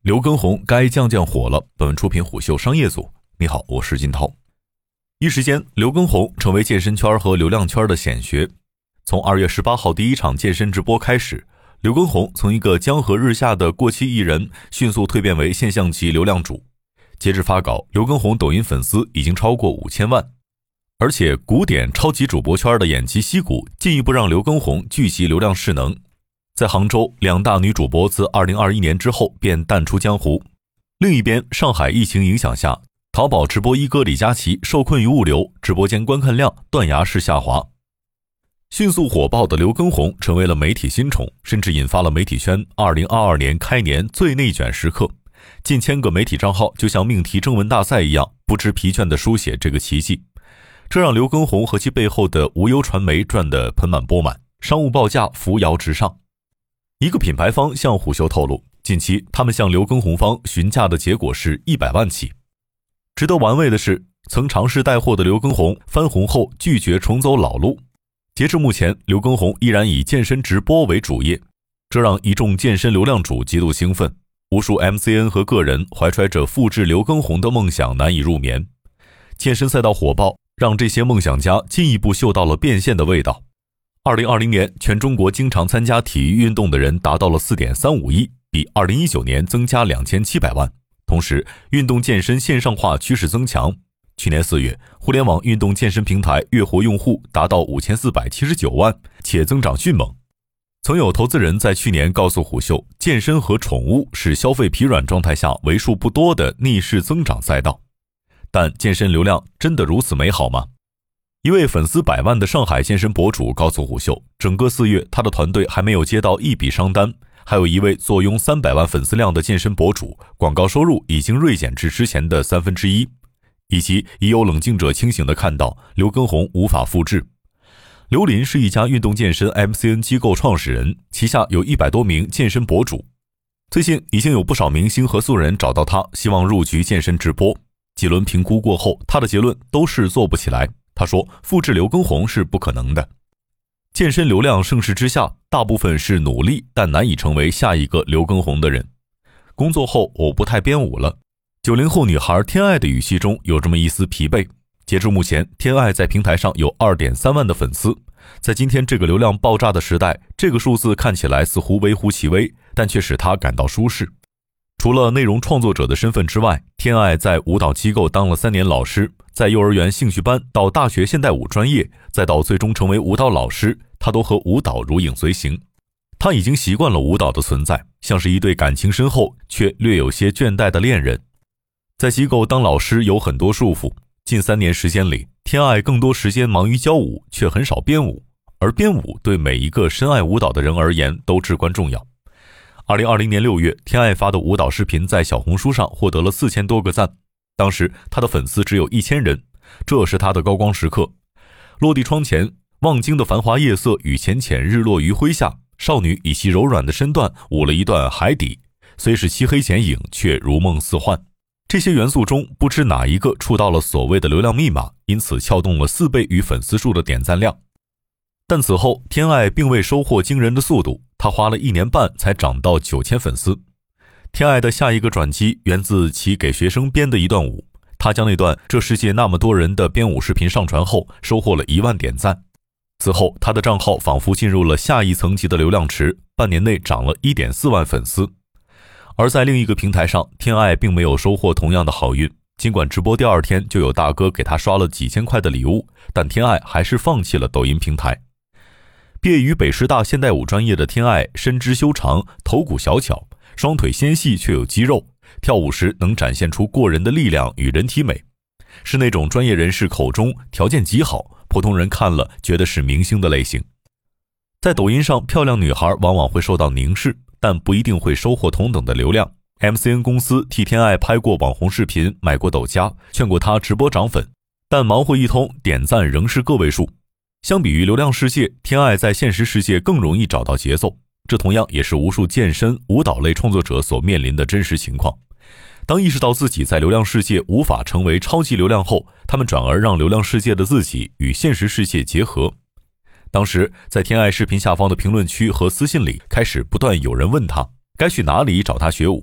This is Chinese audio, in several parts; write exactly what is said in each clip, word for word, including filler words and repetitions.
刘畊宏该降降火了。本文出品虎嗅商业组。你好，我是金涛。一时间，刘畊宏成为健身圈和流量圈的显学。从二月十八号第一场健身直播开始，刘畊宏从一个江河日下的过气艺人，迅速蜕变为现象级流量主。截至发稿，刘畊宏抖音粉丝已经超过五千万。而且古典超级主播圈的偃旗息鼓，进一步让刘畊宏聚集流量势能。在杭州，两大女主播自二零二一年之后便淡出江湖。另一边，上海疫情影响下，淘宝直播一哥李佳琦受困于物流，直播间观看量断崖式下滑。迅速火爆的刘畊宏成为了媒体新宠，甚至引发了媒体圈二零二二年开年最内卷时刻。近千个媒体账号就像命题征文大赛一样，不知疲倦地书写这个奇迹。这让刘畊宏和其背后的无忧传媒赚得盆满钵满，商务报价扶摇直上。一个品牌方向虎嗅透露，近期他们向刘畊宏方询价的结果是一百万起。值得玩味的是，曾尝试带货的刘畊宏翻红后拒绝重走老路。截至目前，刘畊宏依然以健身直播为主业，这让一众健身流量主极度兴奋。无数 M C N 和个人怀揣着复制刘畊宏的梦想难以入眠。健身赛道火爆，让这些梦想家进一步嗅到了变现的味道。二零二零年，全中国经常参加体育运动的人达到了 四点三五亿，比二零一九年增加两千七百万。同时，运动健身线上化趋势增强。去年四月，互联网运动健身平台月活用户达到五千四百七十九万，且增长迅猛。曾有投资人在去年告诉虎嗅，健身和宠物是消费疲软状态下为数不多的逆势增长赛道。但健身流量真的如此美好吗？一位粉丝百万的上海健身博主告诉虎嗅，整个四月他的团队还没有接到一笔商单。还有一位坐拥三百万粉丝量的健身博主，广告收入已经锐减至之前的三分之一。以及已有冷静者清醒地看到，刘畊宏无法复制。刘林是一家运动健身 M C N 机构创始人，旗下有一百多名健身博主。最近已经有不少明星和素人找到他，希望入局健身直播。几轮评估过后，他的结论都是做不起来。他说，复制刘畊宏是不可能的。健身流量盛世之下，大部分是努力但难以成为下一个刘畊宏的人。工作后我不太编舞了。九零后女孩天爱的语气中有这么一丝疲惫。截至目前，天爱在平台上有 二点三万的粉丝。在今天这个流量爆炸的时代，这个数字看起来似乎微乎其微，但却使她感到舒适。除了内容创作者的身份之外，天爱在舞蹈机构当了三年老师，在幼儿园兴趣班到大学现代舞专业，再到最终成为舞蹈老师，他都和舞蹈如影随形。他已经习惯了舞蹈的存在，像是一对感情深厚却略有些倦怠的恋人。在机构当老师有很多束缚，近三年时间里，天爱更多时间忙于教舞，却很少编舞，而编舞对每一个深爱舞蹈的人而言都至关重要。二零二零年六月，天爱发的舞蹈视频在小红书上获得了四千多个赞，当时他的粉丝只有一千人，这是他的高光时刻。落地窗前，望京的繁华夜色与浅浅日落余晖下，少女以其柔软的身段舞了一段海底，虽是漆黑剪影，却如梦似幻。这些元素中，不知哪一个触到了所谓的流量密码，因此撬动了四倍于粉丝数的点赞量。但此后，天爱并未收获惊人的速度，他花了一年半才涨到九千粉丝。天爱的下一个转机源自其给学生编的一段舞，他将那段这世界那么多人的编舞视频上传后，收获了一万点赞。此后，他的账号仿佛进入了下一层级的流量池，半年内涨了 一点四万粉丝。而在另一个平台上，天爱并没有收获同样的好运，尽管直播第二天就有大哥给他刷了几千块的礼物，但天爱还是放弃了抖音平台。毕业于北师大现代舞专业的天爱，身姿修长，头骨小巧，双腿纤细却有肌肉，跳舞时能展现出过人的力量与人体美，是那种专业人士口中条件极好，普通人看了觉得是明星的类型。在抖音上，漂亮女孩往往会受到凝视，但不一定会收获同等的流量。M C N 公司替天爱拍过网红视频，买过抖加，劝过她直播涨粉，但忙活一通，点赞仍是个位数。相比于流量世界，天爱在现实世界更容易找到节奏，这同样也是无数健身、舞蹈类创作者所面临的真实情况。当意识到自己在流量世界无法成为超级流量后，他们转而让流量世界的自己与现实世界结合。当时在天爱视频下方的评论区和私信里，开始不断有人问他该去哪里找他学舞。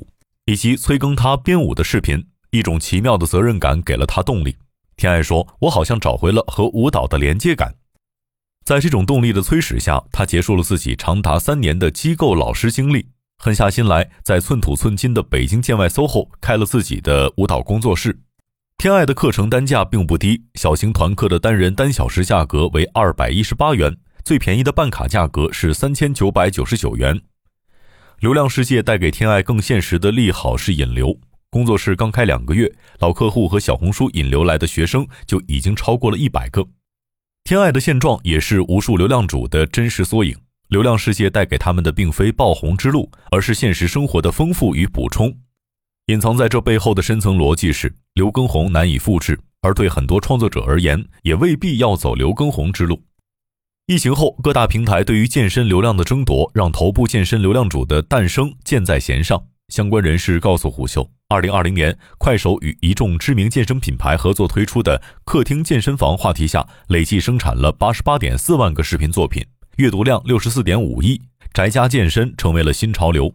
以及催更他编舞的视频，一种奇妙的责任感给了他动力。天爱说，我好像找回了和舞蹈的连接感。在这种动力的催使下，他结束了自己长达三年的机构老师经历，狠下心来在寸土寸金的北京建外 S O H O 开了自己的舞蹈工作室。天爱的课程单价并不低，小型团课的单人单小时价格为二百一十八元，最便宜的办卡价格是三千九百九十九元。流量世界带给天爱更现实的利好是引流，工作室刚开两个月，老客户和小红书引流来的学生就已经超过了一百个。天爱的现状也是无数流量主的真实缩影，流量世界带给他们的并非爆红之路，而是现实生活的丰富与补充。隐藏在这背后的深层逻辑是，刘畊宏难以复制，而对很多创作者而言，也未必要走刘畊宏之路。疫情后，各大平台对于健身流量的争夺，让头部健身流量主的诞生箭在弦上。相关人士告诉虎嗅，二零二零年快手与一众知名健身品牌合作推出的客厅健身房话题下，累计生产了 八十八点四万个视频作品，阅读量 六十四点五亿，宅家健身成为了新潮流。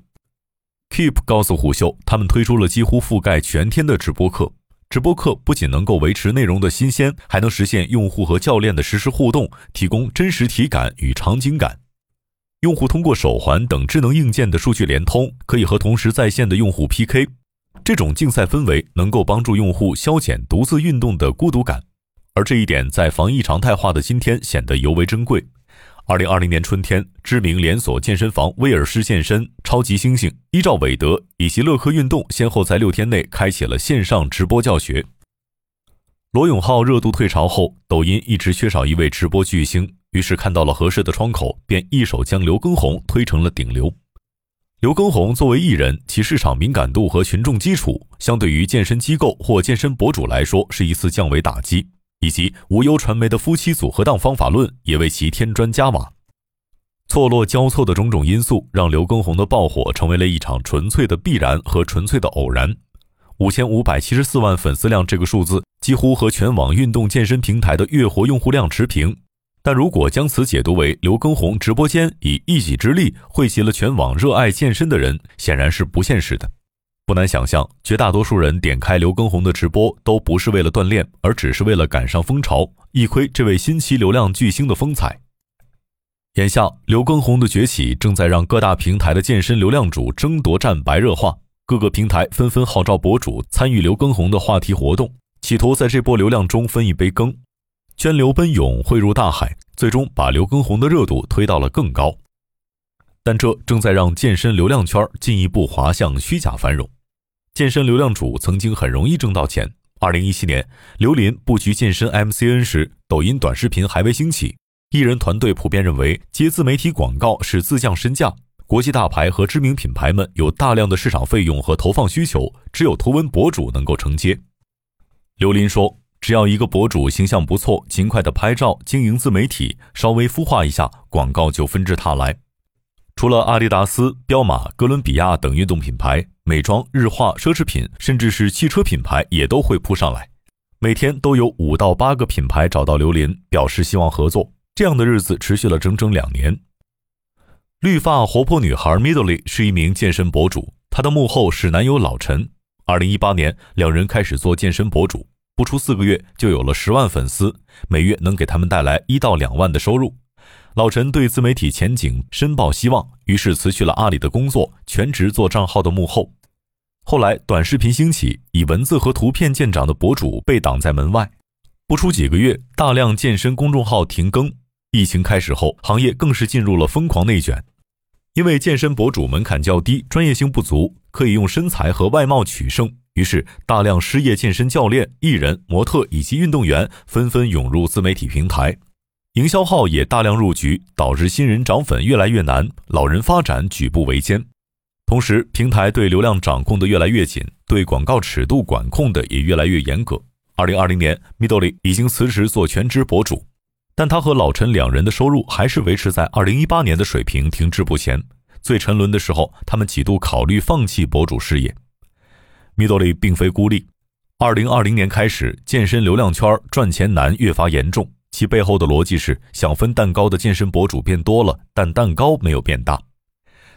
Keep 告诉虎嗅，他们推出了几乎覆盖全天的直播课，直播课不仅能够维持内容的新鲜，还能实现用户和教练的实时互动，提供真实体感与场景感。用户通过手环等智能硬件的数据联通，可以和同时在线的用户 P K。 这种竞赛氛围能够帮助用户消减独自运动的孤独感，而这一点在防疫常态化的今天显得尤为珍贵。二零二零年春天，知名连锁健身房威尔士健身、超级猩猩、依照韦德以及乐科运动先后在六天内开启了线上直播教学。罗永浩热度退潮后，抖音一直缺少一位直播巨星，于是看到了合适的窗口，便一手将刘畊宏推成了顶流。刘畊宏作为艺人，其市场敏感度和群众基础，相对于健身机构或健身博主来说是一次降维打击，以及无忧传媒的夫妻组合档方法论也为其添砖加瓦。错落交错的种种因素，让刘畊宏的爆火成为了一场纯粹的必然和纯粹的偶然。五千五百七十四万粉丝量这个数字，几乎和全网运动健身平台的月活用户量持平。但如果将此解读为刘畊宏直播间以一己之力汇集了全网热爱健身的人，显然是不现实的。不难想象，绝大多数人点开刘畊宏的直播都不是为了锻炼，而只是为了赶上风潮，一窥这位新奇流量巨星的风采。眼下，刘畊宏的崛起正在让各大平台的健身流量主争夺战白热化，各个平台纷纷号召博主参与刘畊宏的话题活动，企图在这波流量中分一杯羹。涓流奔涌汇入大海，最终把刘畊宏的热度推到了更高。但这正在让健身流量圈进一步滑向虚假繁荣。健身流量主曾经很容易挣到钱。二零一七年，刘琳布局健身 M C N 时，抖音短视频还未兴起，艺人团队普遍认为接自媒体广告是自降身价，国际大牌和知名品牌们有大量的市场费用和投放需求，只有图文博主能够承接。刘琳说，只要一个博主形象不错，尽快的拍照经营自媒体，稍微孵化一下，广告就纷至沓来。除了阿迪达斯、彪马、哥伦比亚等运动品牌，美妆、日化、奢侈品，甚至是汽车品牌也都会扑上来。每天都有五到八个品牌找到刘琳，表示希望合作。这样的日子持续了整整两年。绿发活泼女孩 Midori 是一名健身博主，她的幕后是男友老陈。二零一八年，两人开始做健身博主。不出四个月就有了十万粉丝，每月能给他们带来一到两万的收入。老陈对自媒体前景深抱希望，于是辞去了阿里的工作，全职做账号的幕后。后来短视频兴起，以文字和图片见长的博主被挡在门外。不出几个月，大量健身公众号停更。疫情开始后，行业更是进入了疯狂内卷。因为健身博主门槛较低，专业性不足，可以用身材和外貌取胜，于是大量失业健身教练、艺人、模特以及运动员纷纷涌入自媒体平台，营销号也大量入局，导致新人涨粉越来越难，老人发展举步维艰。同时，平台对流量掌控的越来越紧，对广告尺度管控的也越来越严格。二零二零年 Midori 已经辞职做全职博主，但他和老陈两人的收入还是维持在二零一八年的水平，停滞不前。最沉沦的时候，他们几度考虑放弃博主事业。Midori 并非孤立。二零二零年开始，健身流量圈赚钱难越发严重，其背后的逻辑是想分蛋糕的健身博主变多了，但蛋糕没有变大。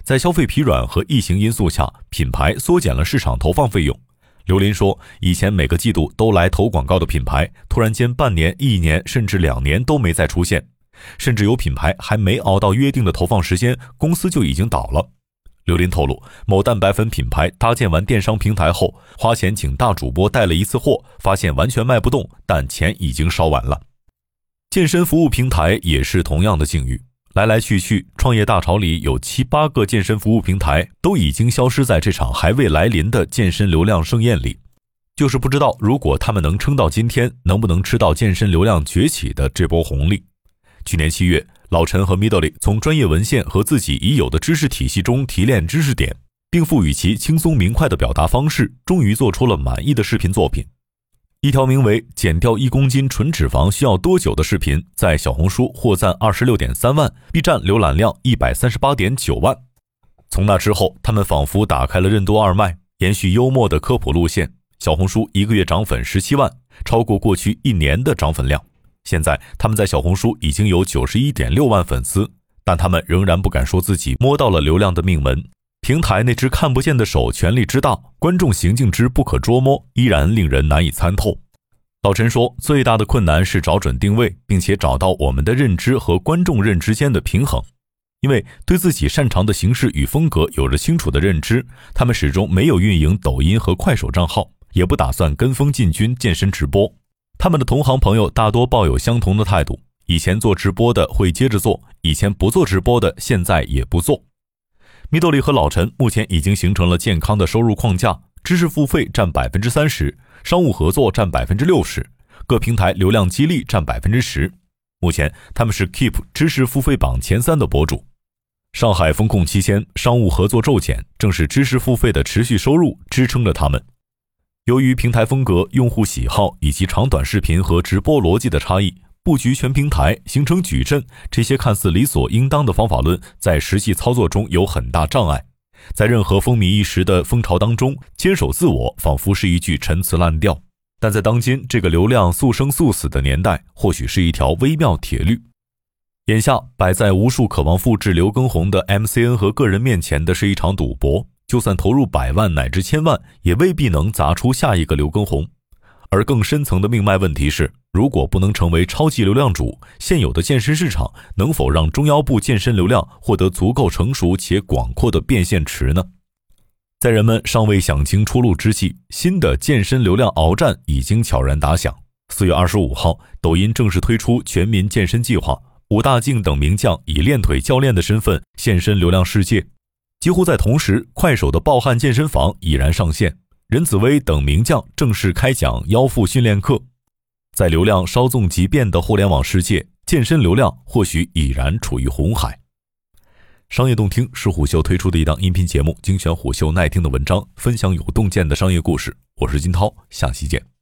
在消费疲软和疫情因素下，品牌缩减了市场投放费用。刘琳说，以前每个季度都来投广告的品牌，突然间半年、一年甚至两年都没再出现，甚至有品牌还没熬到约定的投放时间，公司就已经倒了。刘琳透露，某蛋白粉品牌搭建完电商平台后，花钱请大主播带了一次货，发现完全卖不动，但钱已经烧完了。健身服务平台也是同样的境遇，来来去去，创业大潮里有七八个健身服务平台都已经消失在这场还未来临的健身流量盛宴里。就是不知道如果他们能撑到今天，能不能吃到健身流量崛起的这波红利。去年七月，老陈和 Midori 从专业文献和自己已有的知识体系中提炼知识点，并赋予其轻松明快的表达方式，终于做出了满意的视频作品。一条名为减掉一公斤纯脂肪需要多久的视频，在小红书获赞 二十六点三万， B 站浏览量 一百三十八点九万。从那之后，他们仿佛打开了任督二脉，延续幽默的科普路线，小红书一个月涨粉十七万，超过过去一年的涨粉量。现在他们在小红书已经有 九十一点六万粉丝，但他们仍然不敢说自己摸到了流量的命门。平台那只看不见的手权力之大，观众行径之不可捉摸，依然令人难以参透。老陈说，最大的困难是找准定位，并且找到我们的认知和观众认知间的平衡。因为对自己擅长的形式与风格有着清楚的认知，他们始终没有运营抖音和快手账号，也不打算跟风进军健身直播。他们的同行朋友大多抱有相同的态度，以前做直播的会接着做，以前不做直播的现在也不做。Midori 和老陈目前已经形成了健康的收入框架，知识付费占 百分之三十， 商务合作占 百分之六十， 各平台流量激励占 百分之十。 目前他们是 Keep 知识付费榜前三的博主。上海封控期间，商务合作骤减，正是知识付费的持续收入支撑着他们。由于平台风格、用户喜好以及长短视频和直播逻辑的差异，布局全平台，形成矩阵，这些看似理所应当的方法论，在实际操作中有很大障碍。在任何风靡一时的风潮当中，坚守自我仿佛是一句陈词滥调，但在当今这个流量速生速死的年代，或许是一条微妙铁律。眼下摆在无数渴望复制刘畊宏的 M C N 和个人面前的是一场赌博，就算投入百万乃至千万，也未必能砸出下一个刘畊宏。而更深层的命脉问题是，如果不能成为超级流量主，现有的健身市场能否让中腰部健身流量获得足够成熟且广阔的变现池呢？在人们尚未想清出路之际，新的健身流量鏖战已经悄然打响。四月二十五号，抖音正式推出全民健身计划，武大靖等名将以练腿教练的身份现身流量世界。几乎在同时，快手的暴汗健身房已然上线，任子威等名将正式开讲腰腹训练课。在流量稍纵即变的互联网世界，健身流量或许已然处于红海。商业洞听是虎嗅推出的一档音频节目，精选虎嗅耐听的文章，分享有洞见的商业故事。我是金涛，下期见。